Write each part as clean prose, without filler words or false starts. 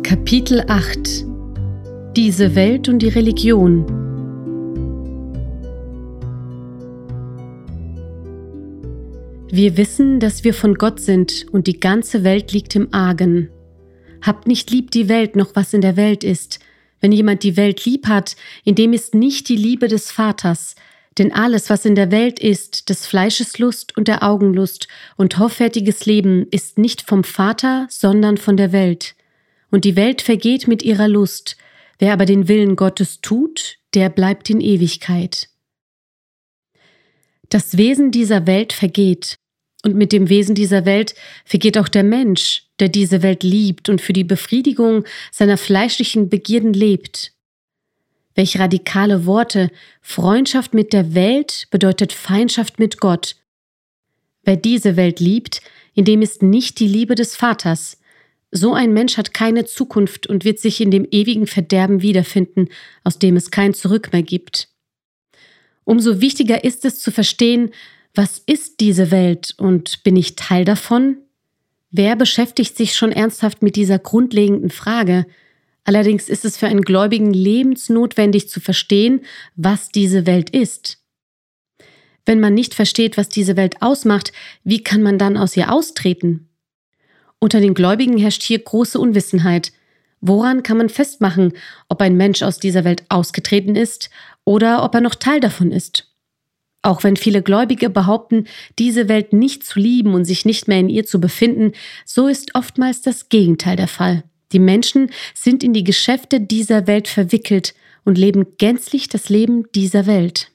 Kapitel 8 – Diese Welt und die Religion. Wir wissen, dass wir von Gott sind und die ganze Welt liegt im Argen. Habt nicht lieb die Welt noch was in der Welt ist. Wenn jemand die Welt lieb hat, in dem ist nicht die Liebe des Vaters. Denn alles, was in der Welt ist, des Fleisches Lust und der Augenlust und hoffärtiges Leben, ist nicht vom Vater, sondern von der Welt. Und die Welt vergeht mit ihrer Lust. Wer aber den Willen Gottes tut, der bleibt in Ewigkeit. Das Wesen dieser Welt vergeht. Und mit dem Wesen dieser Welt vergeht auch der Mensch, der diese Welt liebt und für die Befriedigung seiner fleischlichen Begierden lebt. Welch radikale Worte! Freundschaft mit der Welt bedeutet Feindschaft mit Gott. Wer diese Welt liebt, in dem ist nicht die Liebe des Vaters. So ein Mensch hat keine Zukunft und wird sich in dem ewigen Verderben wiederfinden, aus dem es kein Zurück mehr gibt. Umso wichtiger ist es zu verstehen, was ist diese Welt und bin ich Teil davon? Wer beschäftigt sich schon ernsthaft mit dieser grundlegenden Frage? Allerdings ist es für einen Gläubigen lebensnotwendig zu verstehen, was diese Welt ist. Wenn man nicht versteht, was diese Welt ausmacht, wie kann man dann aus ihr austreten? Unter den Gläubigen herrscht hier große Unwissenheit. Woran kann man festmachen, ob ein Mensch aus dieser Welt ausgetreten ist oder ob er noch Teil davon ist? Auch wenn viele Gläubige behaupten, diese Welt nicht zu lieben und sich nicht mehr in ihr zu befinden, so ist oftmals das Gegenteil der Fall. Die Menschen sind in die Geschäfte dieser Welt verwickelt und leben gänzlich das Leben dieser Welt.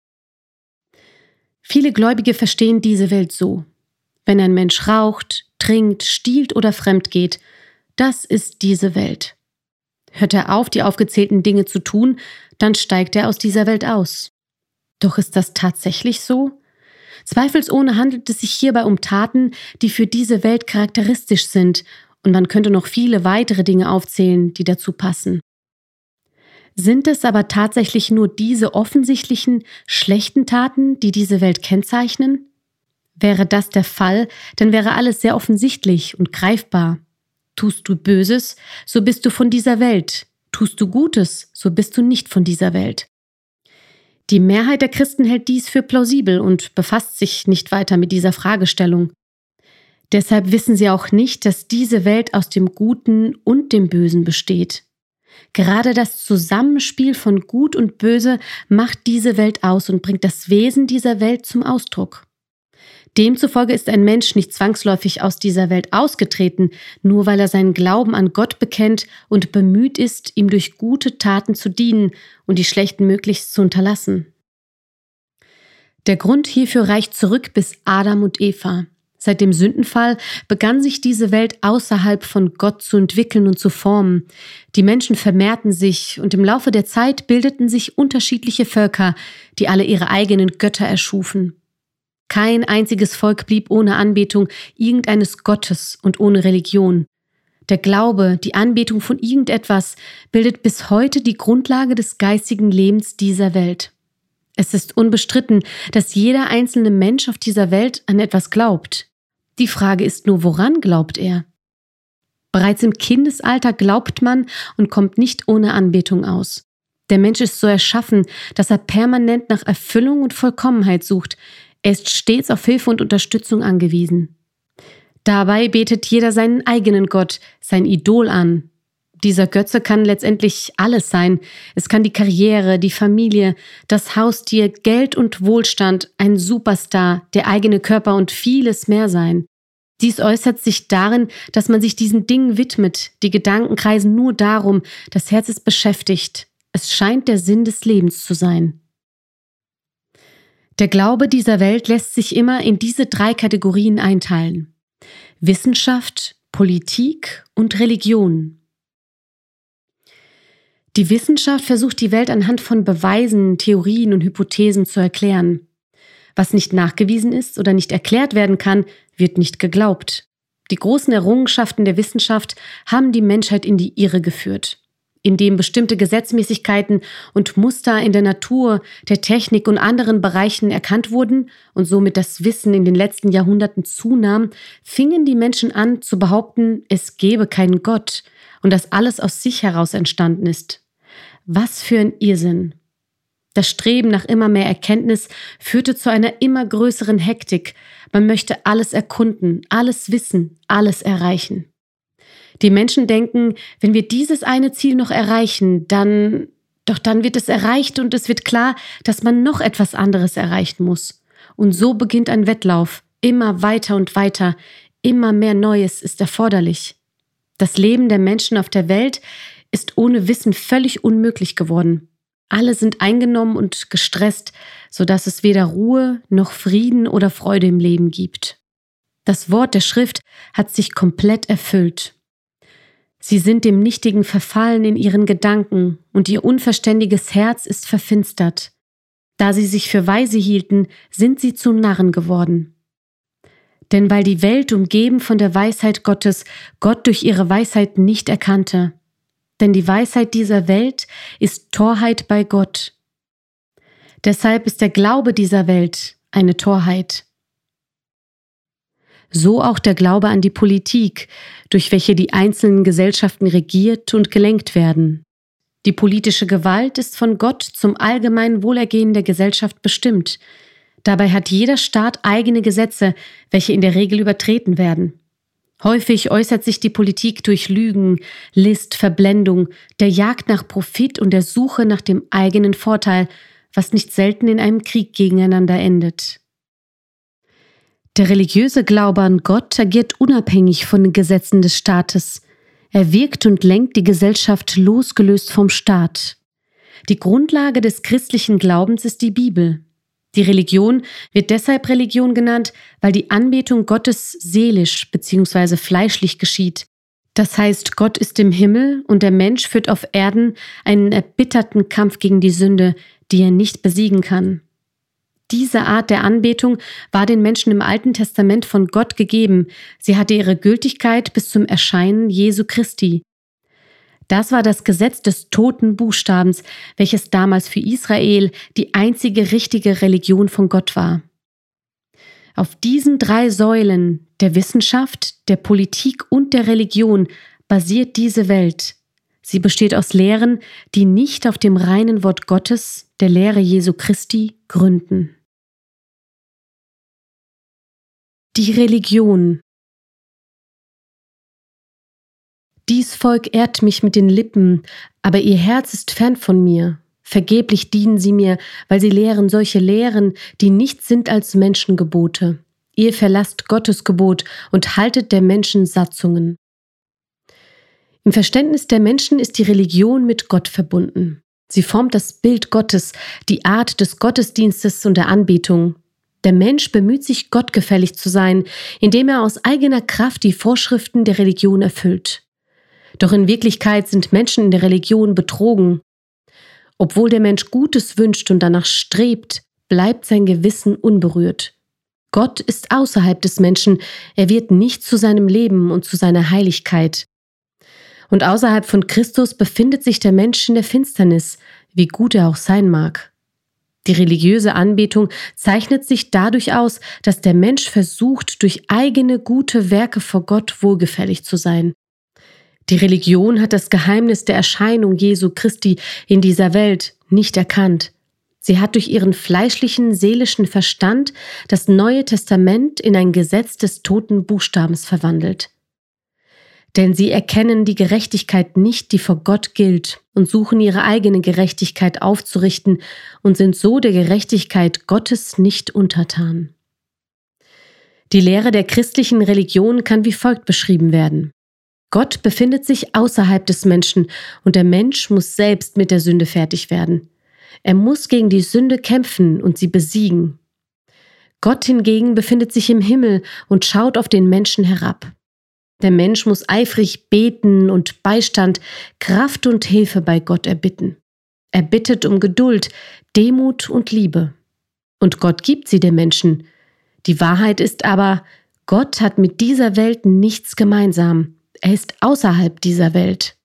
Viele Gläubige verstehen diese Welt so: Wenn ein Mensch raucht, trinkt, stiehlt oder fremd geht, das ist diese Welt. Hört er auf, die aufgezählten Dinge zu tun, dann steigt er aus dieser Welt aus. Doch ist das tatsächlich so? Zweifelsohne handelt es sich hierbei um Taten, die für diese Welt charakteristisch sind, und man könnte noch viele weitere Dinge aufzählen, die dazu passen. Sind es aber tatsächlich nur diese offensichtlichen, schlechten Taten, die diese Welt kennzeichnen? Wäre das der Fall, dann wäre alles sehr offensichtlich und greifbar. Tust du Böses, so bist du von dieser Welt. Tust du Gutes, so bist du nicht von dieser Welt. Die Mehrheit der Christen hält dies für plausibel und befasst sich nicht weiter mit dieser Fragestellung. Deshalb wissen sie auch nicht, dass diese Welt aus dem Guten und dem Bösen besteht. Gerade das Zusammenspiel von Gut und Böse macht diese Welt aus und bringt das Wesen dieser Welt zum Ausdruck. Demzufolge ist ein Mensch nicht zwangsläufig aus dieser Welt ausgetreten, nur weil er seinen Glauben an Gott bekennt und bemüht ist, ihm durch gute Taten zu dienen und die schlechten möglichst zu unterlassen. Der Grund hierfür reicht zurück bis Adam und Eva. Seit dem Sündenfall begann sich diese Welt außerhalb von Gott zu entwickeln und zu formen. Die Menschen vermehrten sich und im Laufe der Zeit bildeten sich unterschiedliche Völker, die alle ihre eigenen Götter erschufen. Kein einziges Volk blieb ohne Anbetung irgendeines Gottes und ohne Religion. Der Glaube, die Anbetung von irgendetwas, bildet bis heute die Grundlage des geistigen Lebens dieser Welt. Es ist unbestritten, dass jeder einzelne Mensch auf dieser Welt an etwas glaubt. Die Frage ist nur, woran glaubt er? Bereits im Kindesalter glaubt man und kommt nicht ohne Anbetung aus. Der Mensch ist so erschaffen, dass er permanent nach Erfüllung und Vollkommenheit sucht. Er ist stets auf Hilfe und Unterstützung angewiesen. Dabei betet jeder seinen eigenen Gott, sein Idol an. Dieser Götze kann letztendlich alles sein. Es kann die Karriere, die Familie, das Haustier, Geld und Wohlstand, ein Superstar, der eigene Körper und vieles mehr sein. Dies äußert sich darin, dass man sich diesen Dingen widmet. Die Gedanken kreisen nur darum, das Herz ist beschäftigt. Es scheint der Sinn des Lebens zu sein. Der Glaube dieser Welt lässt sich immer in diese 3 Kategorien einteilen: Wissenschaft, Politik und Religion. Die Wissenschaft versucht, die Welt anhand von Beweisen, Theorien und Hypothesen zu erklären. Was nicht nachgewiesen ist oder nicht erklärt werden kann, wird nicht geglaubt. Die großen Errungenschaften der Wissenschaft haben die Menschheit in die Irre geführt. Indem bestimmte Gesetzmäßigkeiten und Muster in der Natur, der Technik und anderen Bereichen erkannt wurden und somit das Wissen in den letzten Jahrhunderten zunahm, fingen die Menschen an zu behaupten, es gebe keinen Gott und dass alles aus sich heraus entstanden ist. Was für ein Irrsinn! Das Streben nach immer mehr Erkenntnis führte zu einer immer größeren Hektik. Man möchte alles erkunden, alles wissen, alles erreichen. Die Menschen denken, wenn wir dieses eine Ziel noch erreichen, dann wird es erreicht und es wird klar, dass man noch etwas anderes erreichen muss. Und so beginnt ein Wettlauf, immer weiter und weiter, immer mehr Neues ist erforderlich. Das Leben der Menschen auf der Welt ist ohne Wissen völlig unmöglich geworden. Alle sind eingenommen und gestresst, sodass es weder Ruhe noch Frieden oder Freude im Leben gibt. Das Wort der Schrift hat sich komplett erfüllt. Sie sind dem Nichtigen verfallen in ihren Gedanken und ihr unverständiges Herz ist verfinstert. Da sie sich für weise hielten, sind sie zu Narren geworden. Denn weil die Welt umgeben von der Weisheit Gottes, Gott durch ihre Weisheit nicht erkannte. Denn die Weisheit dieser Welt ist Torheit bei Gott. Deshalb ist der Glaube dieser Welt eine Torheit. So auch der Glaube an die Politik, durch welche die einzelnen Gesellschaften regiert und gelenkt werden. Die politische Gewalt ist von Gott zum allgemeinen Wohlergehen der Gesellschaft bestimmt. Dabei hat jeder Staat eigene Gesetze, welche in der Regel übertreten werden. Häufig äußert sich die Politik durch Lügen, List, Verblendung, der Jagd nach Profit und der Suche nach dem eigenen Vorteil, was nicht selten in einem Krieg gegeneinander endet. Der religiöse Glaube an Gott agiert unabhängig von den Gesetzen des Staates. Er wirkt und lenkt die Gesellschaft losgelöst vom Staat. Die Grundlage des christlichen Glaubens ist die Bibel. Die Religion wird deshalb Religion genannt, weil die Anbetung Gottes seelisch bzw. fleischlich geschieht. Das heißt, Gott ist im Himmel und der Mensch führt auf Erden einen erbitterten Kampf gegen die Sünde, die er nicht besiegen kann. Diese Art der Anbetung war den Menschen im Alten Testament von Gott gegeben. Sie hatte ihre Gültigkeit bis zum Erscheinen Jesu Christi. Das war das Gesetz des toten Buchstabens, welches damals für Israel die einzige richtige Religion von Gott war. Auf diesen 3 Säulen, der Wissenschaft, der Politik und der Religion, basiert diese Welt. Sie besteht aus Lehren, die nicht auf dem reinen Wort Gottes, der Lehre Jesu Christi, gründen. Die Religion. Dies Volk ehrt mich mit den Lippen, aber ihr Herz ist fern von mir. Vergeblich dienen sie mir, weil sie lehren solche Lehren, die nichts sind als Menschengebote. Ihr verlasst Gottes Gebot und haltet der Menschen Satzungen. Im Verständnis der Menschen ist die Religion mit Gott verbunden. Sie formt das Bild Gottes, die Art des Gottesdienstes und der Anbetung. Der Mensch bemüht sich, gottgefällig zu sein, indem er aus eigener Kraft die Vorschriften der Religion erfüllt. Doch in Wirklichkeit sind Menschen in der Religion betrogen. Obwohl der Mensch Gutes wünscht und danach strebt, bleibt sein Gewissen unberührt. Gott ist außerhalb des Menschen, er wird nicht zu seinem Leben und zu seiner Heiligkeit. Und außerhalb von Christus befindet sich der Mensch in der Finsternis, wie gut er auch sein mag. Die religiöse Anbetung zeichnet sich dadurch aus, dass der Mensch versucht, durch eigene gute Werke vor Gott wohlgefällig zu sein. Die Religion hat das Geheimnis der Erscheinung Jesu Christi in dieser Welt nicht erkannt. Sie hat durch ihren fleischlichen, seelischen Verstand das Neue Testament in ein Gesetz des toten Buchstabens verwandelt. Denn sie erkennen die Gerechtigkeit nicht, die vor Gott gilt, und suchen ihre eigene Gerechtigkeit aufzurichten und sind so der Gerechtigkeit Gottes nicht untertan. Die Lehre der christlichen Religion kann wie folgt beschrieben werden. Gott befindet sich außerhalb des Menschen und der Mensch muss selbst mit der Sünde fertig werden. Er muss gegen die Sünde kämpfen und sie besiegen. Gott hingegen befindet sich im Himmel und schaut auf den Menschen herab. Der Mensch muss eifrig beten und Beistand, Kraft und Hilfe bei Gott erbitten. Er bittet um Geduld, Demut und Liebe. Und Gott gibt sie dem Menschen. Die Wahrheit ist aber, Gott hat mit dieser Welt nichts gemeinsam. Er ist außerhalb dieser Welt.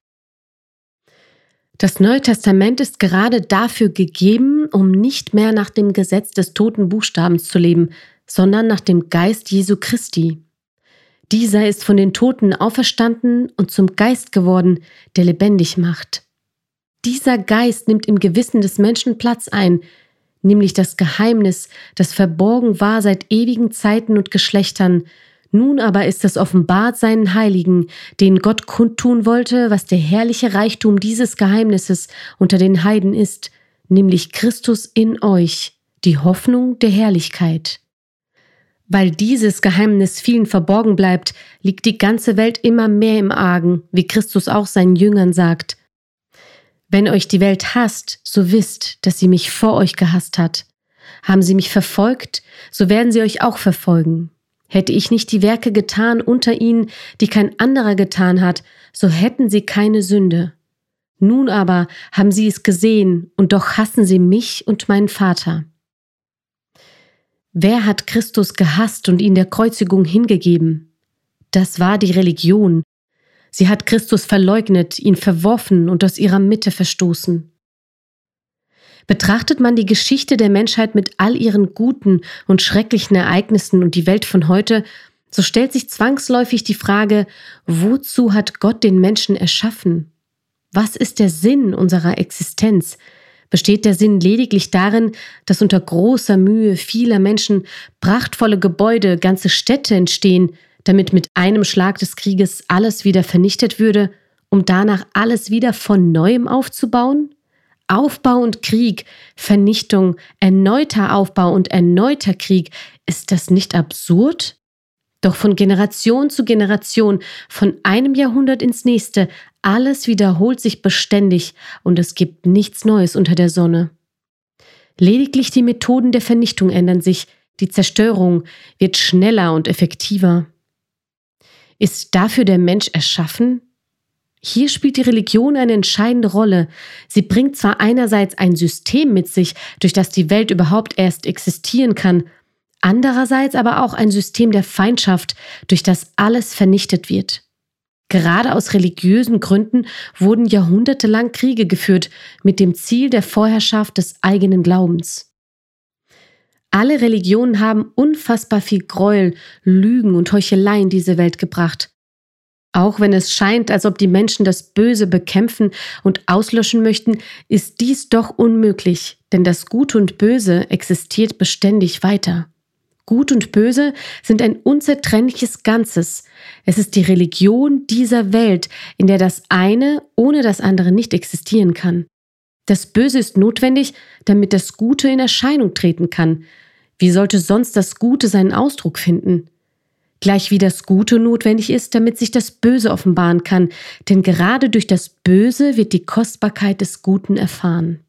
Das Neue Testament ist gerade dafür gegeben, um nicht mehr nach dem Gesetz des toten Buchstabens zu leben, sondern nach dem Geist Jesu Christi. Dieser ist von den Toten auferstanden und zum Geist geworden, der lebendig macht. Dieser Geist nimmt im Gewissen des Menschen Platz ein, nämlich das Geheimnis, das verborgen war seit ewigen Zeiten und Geschlechtern. Nun aber ist es offenbart seinen Heiligen, denen Gott kundtun wollte, was der herrliche Reichtum dieses Geheimnisses unter den Heiden ist, nämlich Christus in euch, die Hoffnung der Herrlichkeit. Weil dieses Geheimnis vielen verborgen bleibt, liegt die ganze Welt immer mehr im Argen, wie Christus auch seinen Jüngern sagt. Wenn euch die Welt hasst, so wisst, dass sie mich vor euch gehasst hat. Haben sie mich verfolgt, so werden sie euch auch verfolgen. Hätte ich nicht die Werke getan unter ihnen, die kein anderer getan hat, so hätten sie keine Sünde. Nun aber haben sie es gesehen, und doch hassen sie mich und meinen Vater. Wer hat Christus gehasst und ihn der Kreuzigung hingegeben? Das war die Religion. Sie hat Christus verleugnet, ihn verworfen und aus ihrer Mitte verstoßen. Betrachtet man die Geschichte der Menschheit mit all ihren guten und schrecklichen Ereignissen und die Welt von heute, so stellt sich zwangsläufig die Frage, wozu hat Gott den Menschen erschaffen? Was ist der Sinn unserer Existenz? Besteht der Sinn lediglich darin, dass unter großer Mühe vieler Menschen prachtvolle Gebäude, ganze Städte entstehen, damit mit einem Schlag des Krieges alles wieder vernichtet würde, um danach alles wieder von Neuem aufzubauen? Aufbau und Krieg, Vernichtung, erneuter Aufbau und erneuter Krieg, ist das nicht absurd? Doch von Generation zu Generation, von einem Jahrhundert ins nächste, alles wiederholt sich beständig und es gibt nichts Neues unter der Sonne. Lediglich die Methoden der Vernichtung ändern sich, die Zerstörung wird schneller und effektiver. Ist dafür der Mensch erschaffen? Hier spielt die Religion eine entscheidende Rolle. Sie bringt zwar einerseits ein System mit sich, durch das die Welt überhaupt erst existieren kann, andererseits aber auch ein System der Feindschaft, durch das alles vernichtet wird. Gerade aus religiösen Gründen wurden jahrhundertelang Kriege geführt, mit dem Ziel der Vorherrschaft des eigenen Glaubens. Alle Religionen haben unfassbar viel Gräuel, Lügen und Heuchelei in diese Welt gebracht. Auch wenn es scheint, als ob die Menschen das Böse bekämpfen und auslöschen möchten, ist dies doch unmöglich, denn das Gute und Böse existiert beständig weiter. Gut und Böse sind ein unzertrennliches Ganzes. Es ist die Religion dieser Welt, in der das eine ohne das andere nicht existieren kann. Das Böse ist notwendig, damit das Gute in Erscheinung treten kann. Wie sollte sonst das Gute seinen Ausdruck finden? Gleich wie das Gute notwendig ist, damit sich das Böse offenbaren kann, denn gerade durch das Böse wird die Kostbarkeit des Guten erfahren.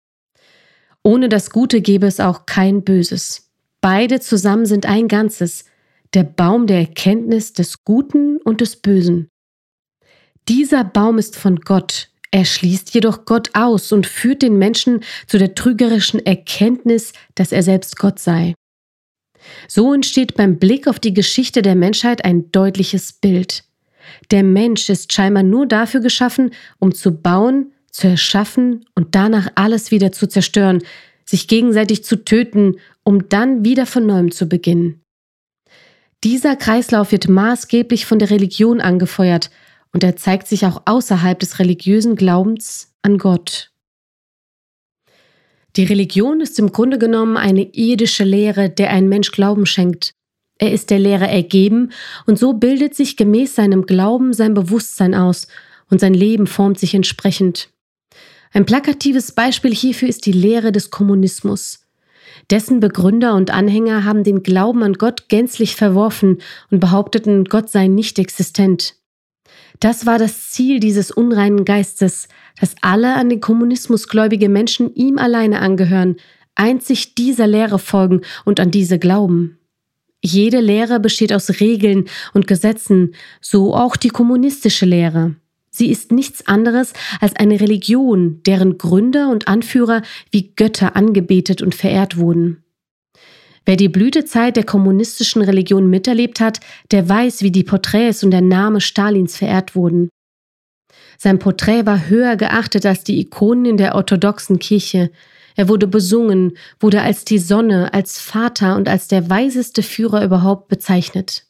Ohne das Gute gäbe es auch kein Böses. Beide zusammen sind ein Ganzes, der Baum der Erkenntnis des Guten und des Bösen. Dieser Baum ist von Gott, er schließt jedoch Gott aus und führt den Menschen zu der trügerischen Erkenntnis, dass er selbst Gott sei. So entsteht beim Blick auf die Geschichte der Menschheit ein deutliches Bild. Der Mensch ist scheinbar nur dafür geschaffen, um zu bauen, zu erschaffen und danach alles wieder zu zerstören, sich gegenseitig zu töten, um dann wieder von neuem zu beginnen. Dieser Kreislauf wird maßgeblich von der Religion angefeuert und er zeigt sich auch außerhalb des religiösen Glaubens an Gott. Die Religion ist im Grunde genommen eine irdische Lehre, der ein Mensch Glauben schenkt. Er ist der Lehre ergeben und so bildet sich gemäß seinem Glauben sein Bewusstsein aus und sein Leben formt sich entsprechend. Ein plakatives Beispiel hierfür ist die Lehre des Kommunismus. Dessen Begründer und Anhänger haben den Glauben an Gott gänzlich verworfen und behaupteten, Gott sei nicht existent. Das war das Ziel dieses unreinen Geistes, dass alle an den Kommunismus gläubige Menschen ihm alleine angehören, einzig dieser Lehre folgen und an diese glauben. Jede Lehre besteht aus Regeln und Gesetzen, so auch die kommunistische Lehre. Sie ist nichts anderes als eine Religion, deren Gründer und Anführer wie Götter angebetet und verehrt wurden. Wer die Blütezeit der kommunistischen Religion miterlebt hat, der weiß, wie die Porträts und der Name Stalins verehrt wurden. Sein Porträt war höher geachtet als die Ikonen in der orthodoxen Kirche. Er wurde besungen, wurde als die Sonne, als Vater und als der weiseste Führer überhaupt bezeichnet.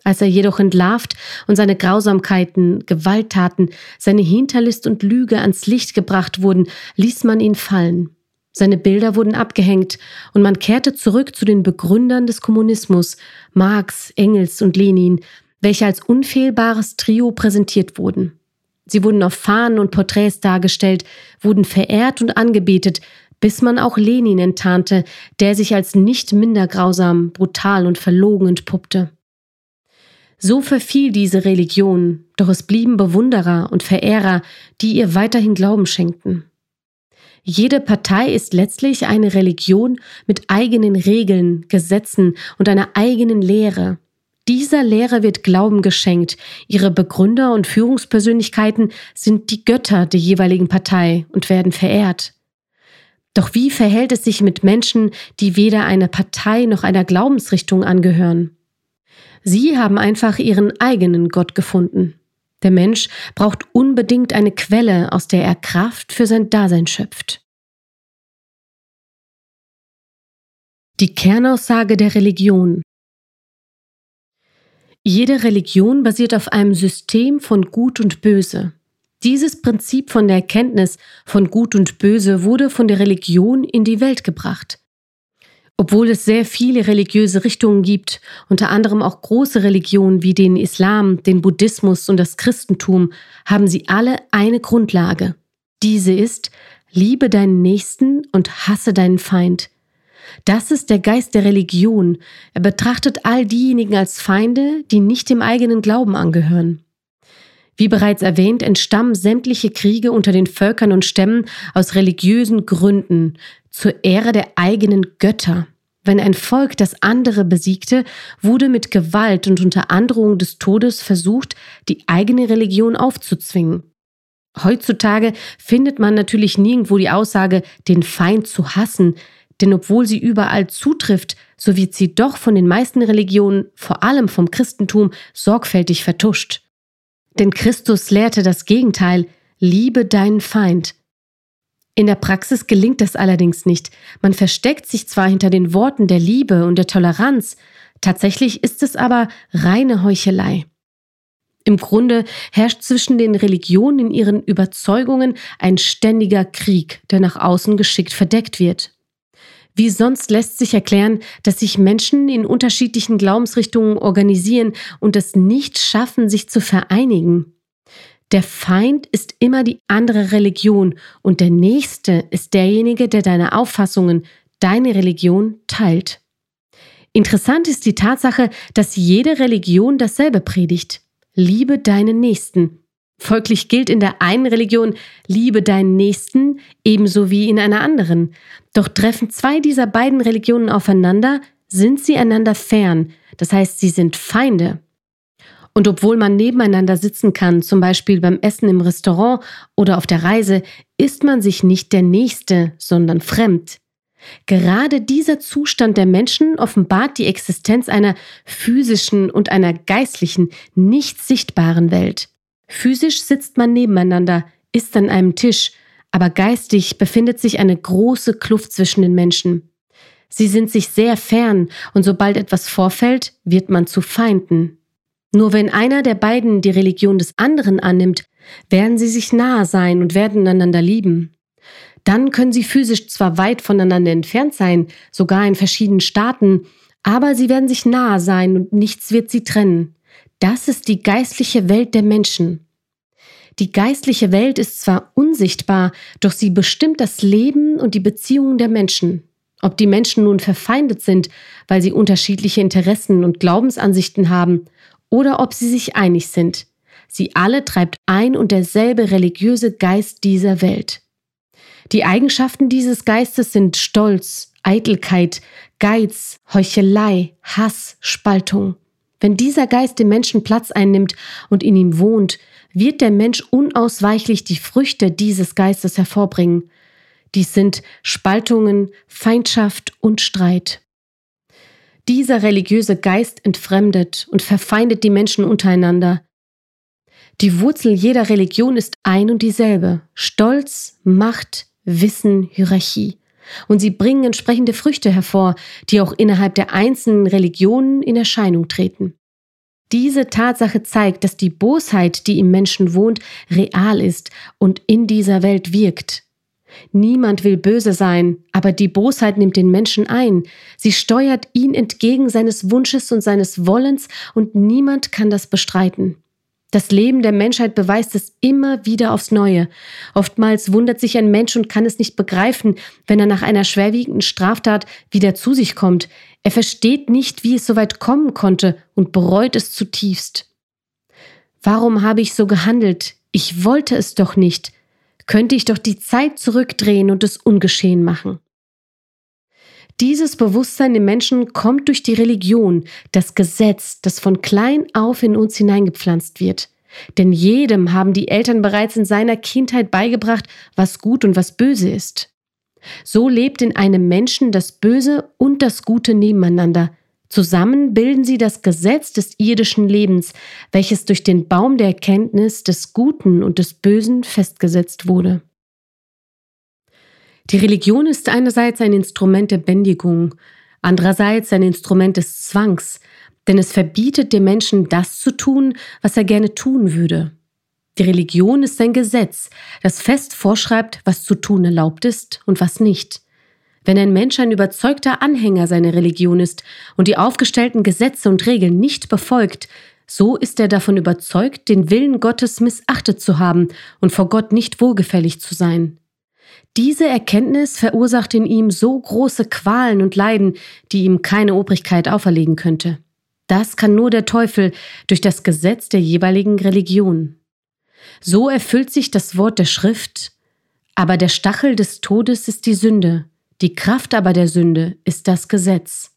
Als er jedoch entlarvt und seine Grausamkeiten, Gewalttaten, seine Hinterlist und Lüge ans Licht gebracht wurden, ließ man ihn fallen. Seine Bilder wurden abgehängt und man kehrte zurück zu den Begründern des Kommunismus, Marx, Engels und Lenin, welche als unfehlbares Trio präsentiert wurden. Sie wurden auf Fahnen und Porträts dargestellt, wurden verehrt und angebetet, bis man auch Lenin enttarnte, der sich als nicht minder grausam, brutal und verlogen entpuppte. So verfiel diese Religion, doch es blieben Bewunderer und Verehrer, die ihr weiterhin Glauben schenkten. Jede Partei ist letztlich eine Religion mit eigenen Regeln, Gesetzen und einer eigenen Lehre. Dieser Lehre wird Glauben geschenkt. Ihre Begründer und Führungspersönlichkeiten sind die Götter der jeweiligen Partei und werden verehrt. Doch wie verhält es sich mit Menschen, die weder einer Partei noch einer Glaubensrichtung angehören? Sie haben einfach ihren eigenen Gott gefunden. Der Mensch braucht unbedingt eine Quelle, aus der er Kraft für sein Dasein schöpft. Die Kernaussage der Religion. Jede Religion basiert auf einem System von Gut und Böse. Dieses Prinzip von der Erkenntnis von Gut und Böse wurde von der Religion in die Welt gebracht. Obwohl es sehr viele religiöse Richtungen gibt, unter anderem auch große Religionen wie den Islam, den Buddhismus und das Christentum, haben sie alle eine Grundlage. Diese ist: Liebe deinen Nächsten und hasse deinen Feind. Das ist der Geist der Religion. Er betrachtet all diejenigen als Feinde, die nicht dem eigenen Glauben angehören. Wie bereits erwähnt, entstammen sämtliche Kriege unter den Völkern und Stämmen aus religiösen Gründen, zur Ehre der eigenen Götter. Wenn ein Volk das andere besiegte, wurde mit Gewalt und unter Androhung des Todes versucht, die eigene Religion aufzuzwingen. Heutzutage findet man natürlich nirgendwo die Aussage, den Feind zu hassen, denn obwohl sie überall zutrifft, so wird sie doch von den meisten Religionen, vor allem vom Christentum, sorgfältig vertuscht. Denn Christus lehrte das Gegenteil: Liebe deinen Feind. In der Praxis gelingt das allerdings nicht. Man versteckt sich zwar hinter den Worten der Liebe und der Toleranz, tatsächlich ist es aber reine Heuchelei. Im Grunde herrscht zwischen den Religionen in ihren Überzeugungen ein ständiger Krieg, der nach außen geschickt verdeckt wird. Wie sonst lässt sich erklären, dass sich Menschen in unterschiedlichen Glaubensrichtungen organisieren und es nicht schaffen, sich zu vereinigen? Der Feind ist immer die andere Religion und der Nächste ist derjenige, der deine Auffassungen, deine Religion teilt. Interessant ist die Tatsache, dass jede Religion dasselbe predigt: Liebe deinen Nächsten. Folglich gilt in der einen Religion: Liebe deinen Nächsten, ebenso wie in einer anderen. Doch treffen zwei dieser beiden Religionen aufeinander, sind sie einander fern, das heißt, sie sind Feinde. Und obwohl man nebeneinander sitzen kann, zum Beispiel beim Essen im Restaurant oder auf der Reise, ist man sich nicht der Nächste, sondern fremd. Gerade dieser Zustand der Menschen offenbart die Existenz einer physischen und einer geistlichen, nicht sichtbaren Welt. Physisch sitzt man nebeneinander, isst an einem Tisch, aber geistig befindet sich eine große Kluft zwischen den Menschen. Sie sind sich sehr fern und sobald etwas vorfällt, wird man zu Feinden. Nur wenn einer der beiden die Religion des anderen annimmt, werden sie sich nahe sein und werden einander lieben. Dann können sie physisch zwar weit voneinander entfernt sein, sogar in verschiedenen Staaten, aber sie werden sich nahe sein und nichts wird sie trennen. Das ist die geistliche Welt der Menschen. Die geistliche Welt ist zwar unsichtbar, doch sie bestimmt das Leben und die Beziehungen der Menschen. Ob die Menschen nun verfeindet sind, weil sie unterschiedliche Interessen und Glaubensansichten haben, oder ob sie sich einig sind. Sie alle treibt ein und derselbe religiöse Geist dieser Welt. Die Eigenschaften dieses Geistes sind Stolz, Eitelkeit, Geiz, Heuchelei, Hass, Spaltung. Wenn dieser Geist im Menschen Platz einnimmt und in ihm wohnt, wird der Mensch unausweichlich die Früchte dieses Geistes hervorbringen. Dies sind Spaltungen, Feindschaft und Streit. Dieser religiöse Geist entfremdet und verfeindet die Menschen untereinander. Die Wurzel jeder Religion ist ein und dieselbe: Stolz, Macht, Wissen, Hierarchie. Und sie bringen entsprechende Früchte hervor, die auch innerhalb der einzelnen Religionen in Erscheinung treten. Diese Tatsache zeigt, dass die Bosheit, die im Menschen wohnt, real ist und in dieser Welt wirkt. Niemand will böse sein, aber die Bosheit nimmt den Menschen ein. Sie steuert ihn entgegen seines Wunsches und seines Wollens und niemand kann das bestreiten. Das Leben der Menschheit beweist es immer wieder aufs Neue. Oftmals wundert sich ein Mensch und kann es nicht begreifen, wenn er nach einer schwerwiegenden Straftat wieder zu sich kommt. Er versteht nicht, wie es so weit kommen konnte und bereut es zutiefst. Warum habe ich so gehandelt? Ich wollte es doch nicht. Könnte ich doch die Zeit zurückdrehen und es ungeschehen machen. Dieses Bewusstsein im Menschen kommt durch die Religion, das Gesetz, das von klein auf in uns hineingepflanzt wird. Denn jedem haben die Eltern bereits in seiner Kindheit beigebracht, was gut und was böse ist. So lebt in einem Menschen das Böse und das Gute nebeneinander. Zusammen bilden sie das Gesetz des irdischen Lebens, welches durch den Baum der Erkenntnis des Guten und des Bösen festgesetzt wurde. Die Religion ist einerseits ein Instrument der Bändigung, andererseits ein Instrument des Zwangs, denn es verbietet dem Menschen das zu tun, was er gerne tun würde. Die Religion ist ein Gesetz, das fest vorschreibt, was zu tun erlaubt ist und was nicht. Wenn ein Mensch ein überzeugter Anhänger seiner Religion ist und die aufgestellten Gesetze und Regeln nicht befolgt, so ist er davon überzeugt, den Willen Gottes missachtet zu haben und vor Gott nicht wohlgefällig zu sein. Diese Erkenntnis verursacht in ihm so große Qualen und Leiden, die ihm keine Obrigkeit auferlegen könnte. Das kann nur der Teufel durch das Gesetz der jeweiligen Religion. So erfüllt sich das Wort der Schrift: Aber der Stachel des Todes ist die Sünde, die Kraft aber der Sünde ist das Gesetz.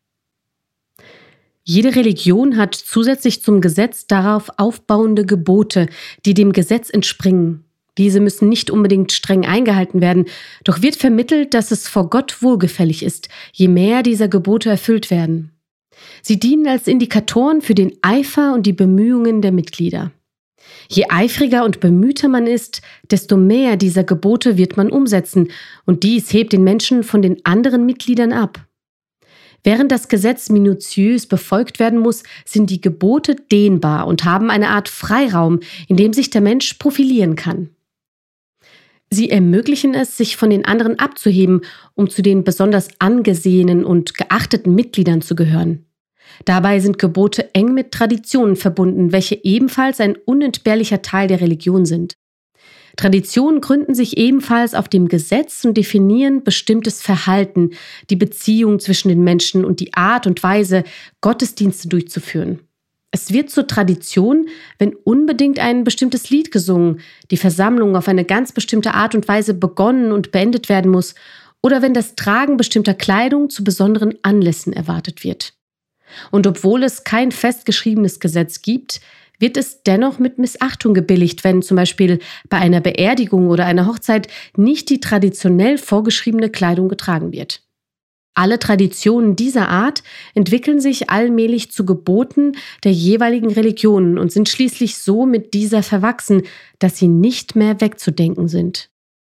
Jede Religion hat zusätzlich zum Gesetz darauf aufbauende Gebote, die dem Gesetz entspringen. Diese müssen nicht unbedingt streng eingehalten werden, doch wird vermittelt, dass es vor Gott wohlgefällig ist, je mehr dieser Gebote erfüllt werden. Sie dienen als Indikatoren für den Eifer und die Bemühungen der Mitglieder. Je eifriger und bemühter man ist, desto mehr dieser Gebote wird man umsetzen, und dies hebt den Menschen von den anderen Mitgliedern ab. Während das Gesetz minutiös befolgt werden muss, sind die Gebote dehnbar und haben eine Art Freiraum, in dem sich der Mensch profilieren kann. Sie ermöglichen es, sich von den anderen abzuheben, um zu den besonders angesehenen und geachteten Mitgliedern zu gehören. Dabei sind Gebote eng mit Traditionen verbunden, welche ebenfalls ein unentbehrlicher Teil der Religion sind. Traditionen gründen sich ebenfalls auf dem Gesetz und definieren bestimmtes Verhalten, die Beziehung zwischen den Menschen und die Art und Weise, Gottesdienste durchzuführen. Es wird zur Tradition, wenn unbedingt ein bestimmtes Lied gesungen, die Versammlung auf eine ganz bestimmte Art und Weise begonnen und beendet werden muss oder wenn das Tragen bestimmter Kleidung zu besonderen Anlässen erwartet wird. Und obwohl es kein festgeschriebenes Gesetz gibt, wird es dennoch mit Missachtung gebilligt, wenn zum Beispiel bei einer Beerdigung oder einer Hochzeit nicht die traditionell vorgeschriebene Kleidung getragen wird. Alle Traditionen dieser Art entwickeln sich allmählich zu Geboten der jeweiligen Religionen und sind schließlich so mit dieser verwachsen, dass sie nicht mehr wegzudenken sind.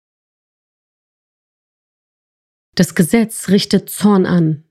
Das Gesetz richtet Zorn an.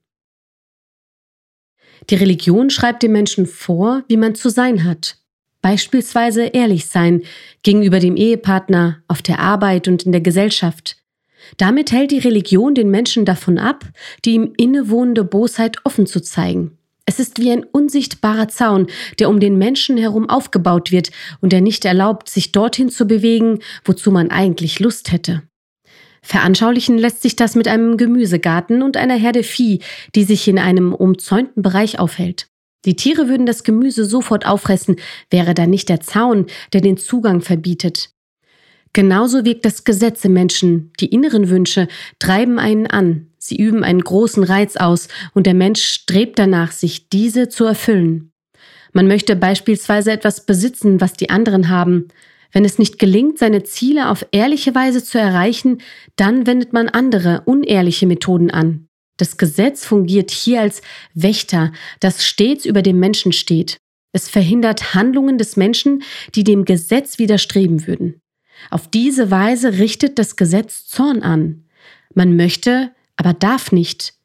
Die Religion schreibt dem Menschen vor, wie man zu sein hat. Beispielsweise ehrlich sein gegenüber dem Ehepartner, auf der Arbeit und in der Gesellschaft. Damit hält die Religion den Menschen davon ab, die ihm innewohnende Bosheit offen zu zeigen. Es ist wie ein unsichtbarer Zaun, der um den Menschen herum aufgebaut wird und der nicht erlaubt, sich dorthin zu bewegen, wozu man eigentlich Lust hätte. Veranschaulichen lässt sich das mit einem Gemüsegarten und einer Herde Vieh, die sich in einem umzäunten Bereich aufhält. Die Tiere würden das Gemüse sofort auffressen, wäre da nicht der Zaun, der den Zugang verbietet. Genauso wirkt das Gesetz im Menschen. Die inneren Wünsche treiben einen an. Sie üben einen großen Reiz aus und der Mensch strebt danach, sich diese zu erfüllen. Man möchte beispielsweise etwas besitzen, was die anderen haben. Wenn es nicht gelingt, seine Ziele auf ehrliche Weise zu erreichen, dann wendet man andere, unehrliche Methoden an. Das Gesetz fungiert hier als Wächter, das stets über dem Menschen steht. Es verhindert Handlungen des Menschen, die dem Gesetz widerstreben würden. Auf diese Weise richtet das Gesetz Zorn an. Man möchte, aber darf nicht.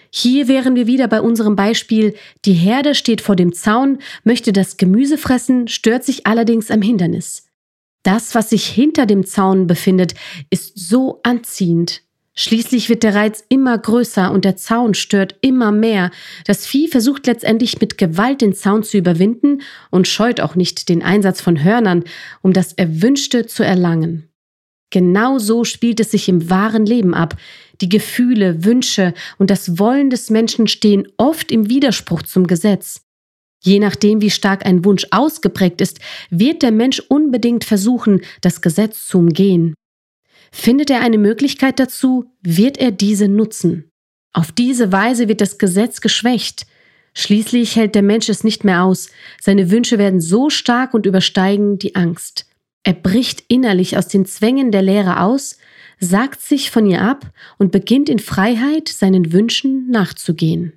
Hier wären wir wieder bei unserem Beispiel, die Herde steht vor dem Zaun, möchte das Gemüse fressen, stört sich allerdings am Hindernis. Das, was sich hinter dem Zaun befindet, ist so anziehend. Schließlich wird der Reiz immer größer und der Zaun stört immer mehr. Das Vieh versucht letztendlich mit Gewalt den Zaun zu überwinden und scheut auch nicht den Einsatz von Hörnern, um das Erwünschte zu erlangen. Genau so spielt es sich im wahren Leben ab. Die Gefühle, Wünsche und das Wollen des Menschen stehen oft im Widerspruch zum Gesetz. Je nachdem, wie stark ein Wunsch ausgeprägt ist, wird der Mensch unbedingt versuchen, das Gesetz zu umgehen. Findet er eine Möglichkeit dazu, wird er diese nutzen. Auf diese Weise wird das Gesetz geschwächt. Schließlich hält der Mensch es nicht mehr aus. Seine Wünsche werden so stark und übersteigen die Angst. Er bricht innerlich aus den Zwängen der Lehre aus, sagt sich von ihr ab und beginnt in Freiheit seinen Wünschen nachzugehen.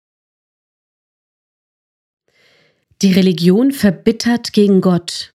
Die Religion verbittert gegen Gott.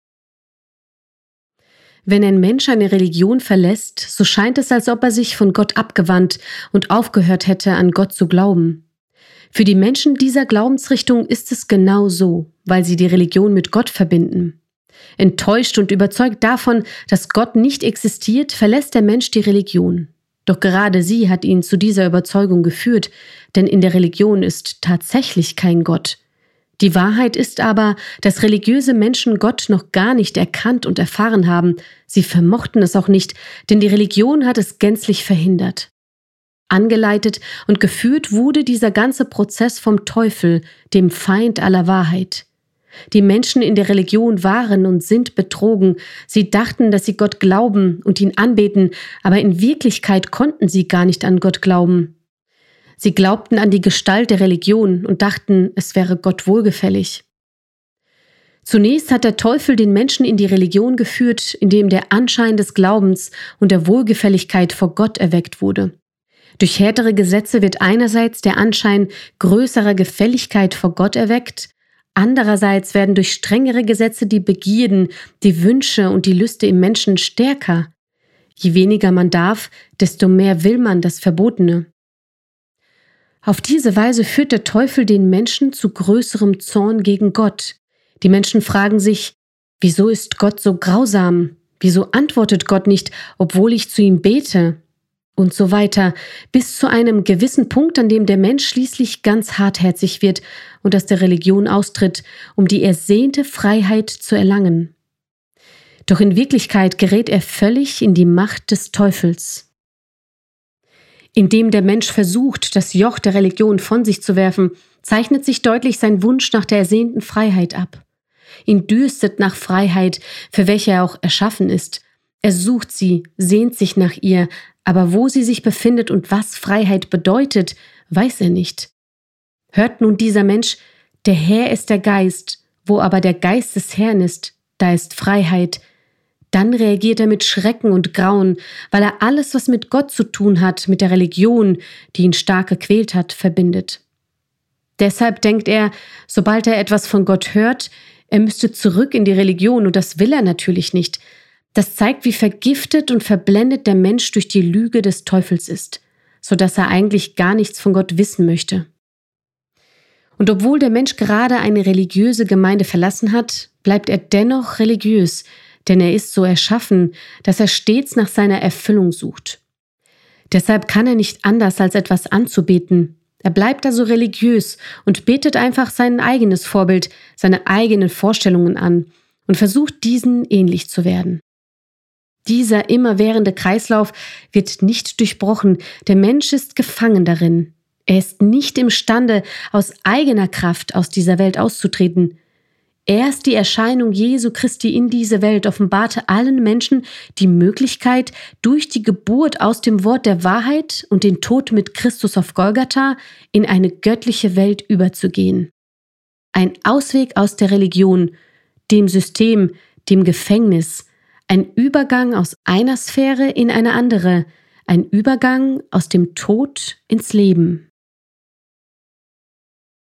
Wenn ein Mensch eine Religion verlässt, so scheint es, als ob er sich von Gott abgewandt und aufgehört hätte, an Gott zu glauben. Für die Menschen dieser Glaubensrichtung ist es genau so, weil sie die Religion mit Gott verbinden. Enttäuscht und überzeugt davon, dass Gott nicht existiert, verlässt der Mensch die Religion. Doch gerade sie hat ihn zu dieser Überzeugung geführt, denn in der Religion ist tatsächlich kein Gott. Die Wahrheit ist aber, dass religiöse Menschen Gott noch gar nicht erkannt und erfahren haben. Sie vermochten es auch nicht, denn die Religion hat es gänzlich verhindert. Angeleitet und geführt wurde dieser ganze Prozess vom Teufel, dem Feind aller Wahrheit. Die Menschen in der Religion waren und sind betrogen. Sie dachten, dass sie Gott glauben und ihn anbeten, aber in Wirklichkeit konnten sie gar nicht an Gott glauben. Sie glaubten an die Gestalt der Religion und dachten, es wäre Gott wohlgefällig. Zunächst hat der Teufel den Menschen in die Religion geführt, indem der Anschein des Glaubens und der Wohlgefälligkeit vor Gott erweckt wurde. Durch härtere Gesetze wird einerseits der Anschein größerer Gefälligkeit vor Gott erweckt, andererseits werden durch strengere Gesetze die Begierden, die Wünsche und die Lüste im Menschen stärker. Je weniger man darf, desto mehr will man das Verbotene. Auf diese Weise führt der Teufel den Menschen zu größerem Zorn gegen Gott. Die Menschen fragen sich, wieso ist Gott so grausam? Wieso antwortet Gott nicht, obwohl ich zu ihm bete? Und so weiter, bis zu einem gewissen Punkt, an dem der Mensch schließlich ganz hartherzig wird und aus der Religion austritt, um die ersehnte Freiheit zu erlangen. Doch in Wirklichkeit gerät er völlig in die Macht des Teufels. Indem der Mensch versucht, das Joch der Religion von sich zu werfen, zeichnet sich deutlich sein Wunsch nach der ersehnten Freiheit ab. Ihn dürstet nach Freiheit, für welche er auch erschaffen ist. Er sucht sie, sehnt sich nach ihr, aber wo sie sich befindet und was Freiheit bedeutet, weiß er nicht. Hört nun dieser Mensch, der Herr ist der Geist, wo aber der Geist des Herrn ist, da ist Freiheit. Dann reagiert er mit Schrecken und Grauen, weil er alles, was mit Gott zu tun hat, mit der Religion, die ihn stark gequält hat, verbindet. Deshalb denkt er, sobald er etwas von Gott hört, er müsste zurück in die Religion, und das will er natürlich nicht. Das zeigt, wie vergiftet und verblendet der Mensch durch die Lüge des Teufels ist, sodass er eigentlich gar nichts von Gott wissen möchte. Und obwohl der Mensch gerade eine religiöse Gemeinde verlassen hat, bleibt er dennoch religiös, denn er ist so erschaffen, dass er stets nach seiner Erfüllung sucht. Deshalb kann er nicht anders, als etwas anzubeten. Er bleibt also religiös und betet einfach sein eigenes Vorbild, seine eigenen Vorstellungen an und versucht, diesen ähnlich zu werden. Dieser immerwährende Kreislauf wird nicht durchbrochen. Der Mensch ist gefangen darin. Er ist nicht imstande, aus eigener Kraft aus dieser Welt auszutreten. Erst die Erscheinung Jesu Christi in diese Welt offenbarte allen Menschen die Möglichkeit, durch die Geburt aus dem Wort der Wahrheit und den Tod mit Christus auf Golgatha in eine göttliche Welt überzugehen. Ein Ausweg aus der Religion, dem System, dem Gefängnis, ein Übergang aus einer Sphäre in eine andere, ein Übergang aus dem Tod ins Leben.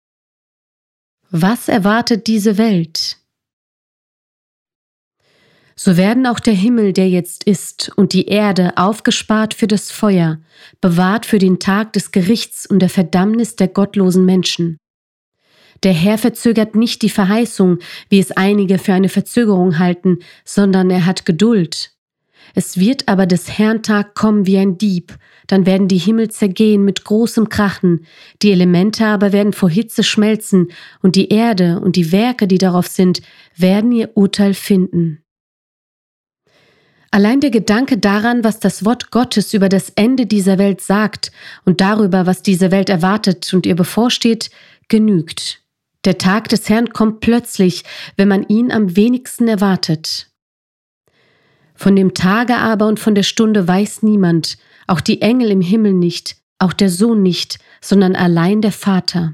Was erwartet diese Welt? So werden auch der Himmel, der jetzt ist, und die Erde aufgespart für das Feuer, bewahrt für den Tag des Gerichts und der Verdammnis der gottlosen Menschen. Der Herr verzögert nicht die Verheißung, wie es einige für eine Verzögerung halten, sondern er hat Geduld. Es wird aber des Herrn Tag kommen wie ein Dieb, dann werden die Himmel zergehen mit großem Krachen, die Elemente aber werden vor Hitze schmelzen, und die Erde und die Werke, die darauf sind, werden ihr Urteil finden. Allein der Gedanke daran, was das Wort Gottes über das Ende dieser Welt sagt und darüber, was diese Welt erwartet und ihr bevorsteht, genügt. Der Tag des Herrn kommt plötzlich, wenn man ihn am wenigsten erwartet. Von dem Tage aber und von der Stunde weiß niemand, auch die Engel im Himmel nicht, auch der Sohn nicht, sondern allein der Vater.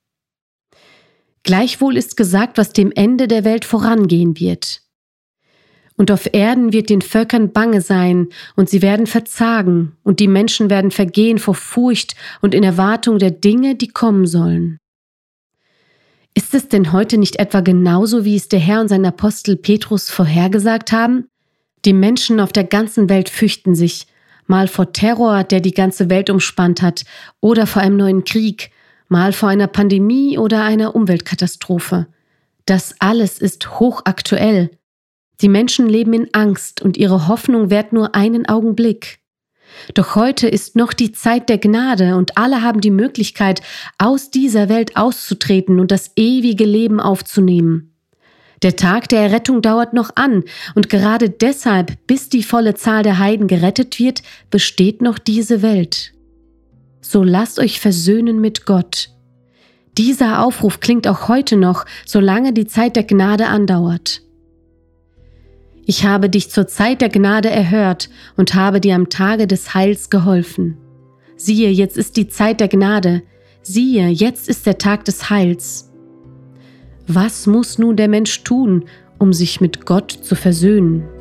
Gleichwohl ist gesagt, was dem Ende der Welt vorangehen wird. Und auf Erden wird den Völkern bange sein, und sie werden verzagen, und die Menschen werden vergehen vor Furcht und in Erwartung der Dinge, die kommen sollen. Ist es denn heute nicht etwa genauso, wie es der Herr und sein Apostel Petrus vorhergesagt haben? Die Menschen auf der ganzen Welt fürchten sich, mal vor Terror, der die ganze Welt umspannt hat, oder vor einem neuen Krieg, mal vor einer Pandemie oder einer Umweltkatastrophe. Das alles ist hochaktuell. Die Menschen leben in Angst und ihre Hoffnung währt nur einen Augenblick. Doch heute ist noch die Zeit der Gnade und alle haben die Möglichkeit, aus dieser Welt auszutreten und das ewige Leben aufzunehmen. Der Tag der Errettung dauert noch an und gerade deshalb, bis die volle Zahl der Heiden gerettet wird, besteht noch diese Welt. So lasst euch versöhnen mit Gott. Dieser Aufruf klingt auch heute noch, solange die Zeit der Gnade andauert. Ich habe dich zur Zeit der Gnade erhört und habe dir am Tage des Heils geholfen. Siehe, jetzt ist die Zeit der Gnade. Siehe, jetzt ist der Tag des Heils. Was muss nun der Mensch tun, um sich mit Gott zu versöhnen?